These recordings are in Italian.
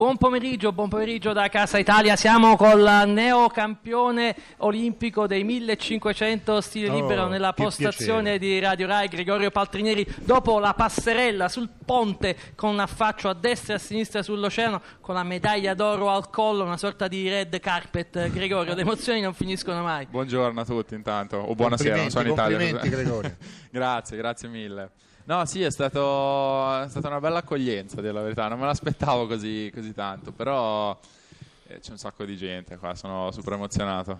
Buon pomeriggio da Casa Italia. Siamo col neocampione olimpico dei 1500 stile libero nella postazione di Radio Rai, Gregorio Paltrinieri. Dopo la passerella sul ponte con un affaccio a destra e a sinistra sull'oceano, con la medaglia d'oro al collo, una sorta di red carpet. Gregorio, le emozioni non finiscono mai. Buongiorno a tutti intanto, o buonasera, non so in Italia. Complimenti Gregorio. Grazie mille. No, sì, è stata una bella accoglienza, a dire la verità, non me l'aspettavo così tanto, però c'è un sacco di gente qua, sono super emozionato.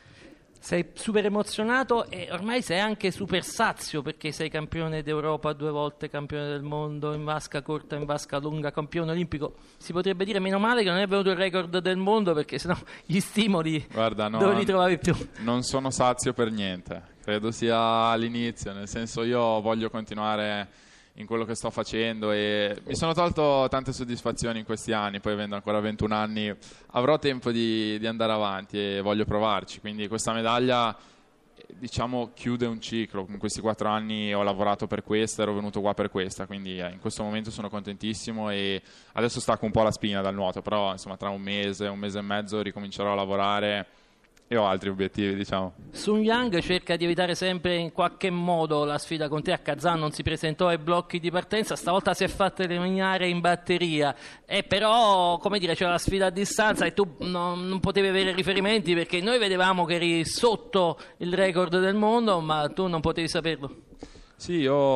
Sei super emozionato e ormai sei anche super sazio, perché sei campione d'Europa 2 volte, campione del mondo in vasca corta, in vasca lunga, campione olimpico. Si potrebbe dire meno male che non è venuto il record del mondo, perché sennò gli stimoli dove li trovavi più? Non sono sazio per niente, credo sia all'inizio, nel senso io voglio continuare in quello che sto facendo e mi sono tolto tante soddisfazioni in questi anni, poi avendo ancora 21 anni avrò tempo di andare avanti e voglio provarci, quindi questa medaglia diciamo chiude un ciclo. In questi 4 anni ho lavorato per questa, ero venuto qua per questa, quindi in questo momento sono contentissimo e adesso stacco un po' la spina dal nuoto, però insomma tra un mese e mezzo ricomincerò a lavorare e ho altri obiettivi, diciamo. Sun Yang cerca di evitare sempre in qualche modo la sfida con te. A Kazan non si presentò ai blocchi di partenza, stavolta si è fatto eliminare in batteria, però come dire, c'era la sfida a distanza e tu non potevi avere riferimenti, perché noi vedevamo che eri sotto il record del mondo, ma tu non potevi saperlo. Sì,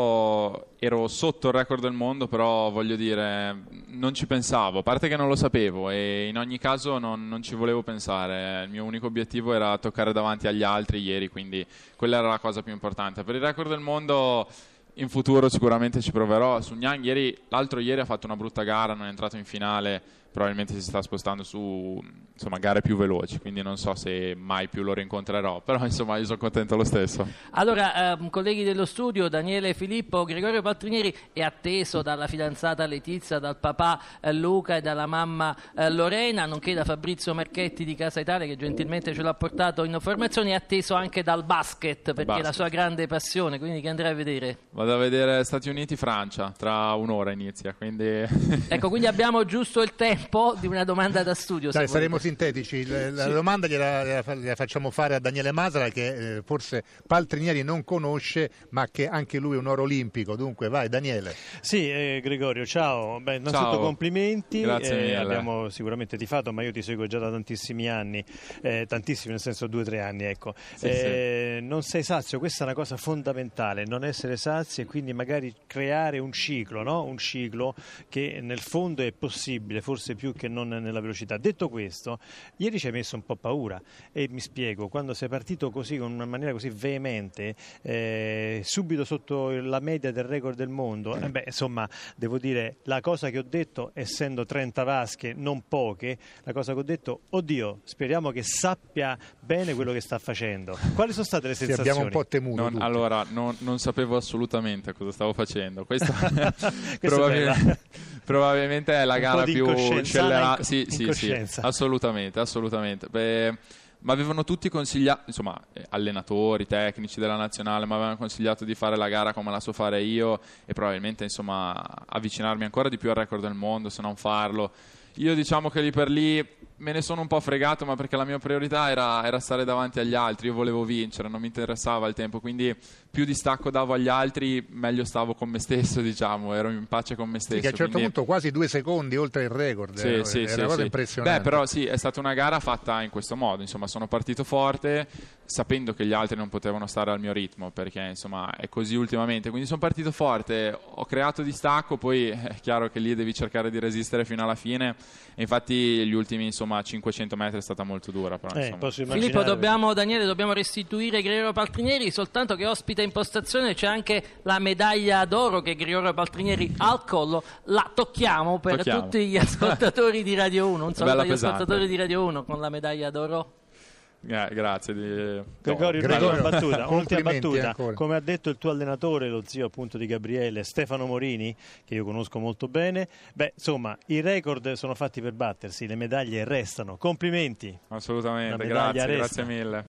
io ero sotto il record del mondo, però voglio dire, non ci pensavo, a parte che non lo sapevo e in ogni caso non ci volevo pensare. Il mio unico obiettivo era toccare davanti agli altri ieri, quindi quella era la cosa più importante. Per il record del mondo in futuro sicuramente ci proverò. Sun Yang l'altro ieri ha fatto una brutta gara, non è entrato in finale, probabilmente si sta spostando su gare più veloci, quindi non so se mai più lo rincontrerò, però insomma io sono contento lo stesso. Allora, colleghi dello studio, Daniele Filippo, Gregorio Paltrinieri è atteso dalla fidanzata Letizia, dal papà Luca e dalla mamma Lorena, nonché da Fabrizio Marchetti di Casa Italia, che gentilmente ce l'ha portato in formazione. È atteso anche dal basket, perché è la sua grande passione, quindi che andrai a vedere? Vado a vedere Stati Uniti-Francia, tra un'ora inizia, quindi... Ecco, quindi abbiamo giusto il tempo di una domanda da studio. Dai, saremo sintetici. La domanda gliela facciamo fare a Daniele Masala, che forse Paltrinieri non conosce, ma che anche lui è un oro olimpico. Dunque vai Daniele. Sì, Gregorio, ciao. Beh, innanzitutto complimenti. Grazie mille. Abbiamo sicuramente tifato, ma io ti seguo già da tantissimi anni, tantissimi nel senso 2 o 3 anni, ecco. Sì. Non sei sazio, questa è una cosa fondamentale, non essere sazi e quindi magari creare un ciclo, no? Un ciclo che nel fondo è possibile, forse più che non nella velocità. Detto questo, ieri ci hai messo un po' paura e mi spiego, quando sei partito così con una maniera così veemente, subito sotto la media del record del mondo, insomma devo dire, la cosa che ho detto, essendo 30 vasche non poche, la cosa che ho detto, oddio, speriamo che sappia bene quello che sta facendo. Quali sono state le sensazioni? Abbiamo un po' temuto. Allora, non sapevo assolutamente cosa stavo facendo. Questa probabilmente è la gara più scellerata. Sì, assolutamente. Ma avevano tutti consigliato, insomma, allenatori, tecnici della nazionale, mi avevano consigliato di fare la gara come la so fare io e probabilmente, insomma, avvicinarmi ancora di più al record del mondo, se non farlo. Io diciamo che lì per lì me ne sono un po' fregato, ma perché la mia priorità era stare davanti agli altri. Io volevo vincere, non mi interessava il tempo, quindi più distacco davo agli altri meglio stavo con me stesso, diciamo, ero in pace con me stesso. Sì, che a un certo punto quasi 2 secondi oltre il record, era una cosa impressionante. Beh, però sì, è stata una gara fatta in questo modo, insomma, sono partito forte sapendo che gli altri non potevano stare al mio ritmo, perché insomma è così ultimamente, quindi sono partito forte, ho creato distacco, poi è chiaro che lì devi cercare di resistere fino alla fine e infatti gli ultimi 500 metri è stata molto dura, però, Filippo, Daniele, dobbiamo restituire Gregorio Paltrinieri, soltanto che ospita in postazione c'è anche la medaglia d'oro che Gregorio Paltrinieri ha al collo. La tocchiamo per tutti gli ascoltatori di Radio 1, un saluto agli ascoltatori di Radio 1 con la medaglia d'oro. Grazie Gregorio, un'ultima battuta. Ancora. Come ha detto il tuo allenatore, lo zio appunto di Gabriele, Stefano Morini, che io conosco molto bene, insomma i record sono fatti per battersi, le medaglie restano. Complimenti. Assolutamente, grazie mille.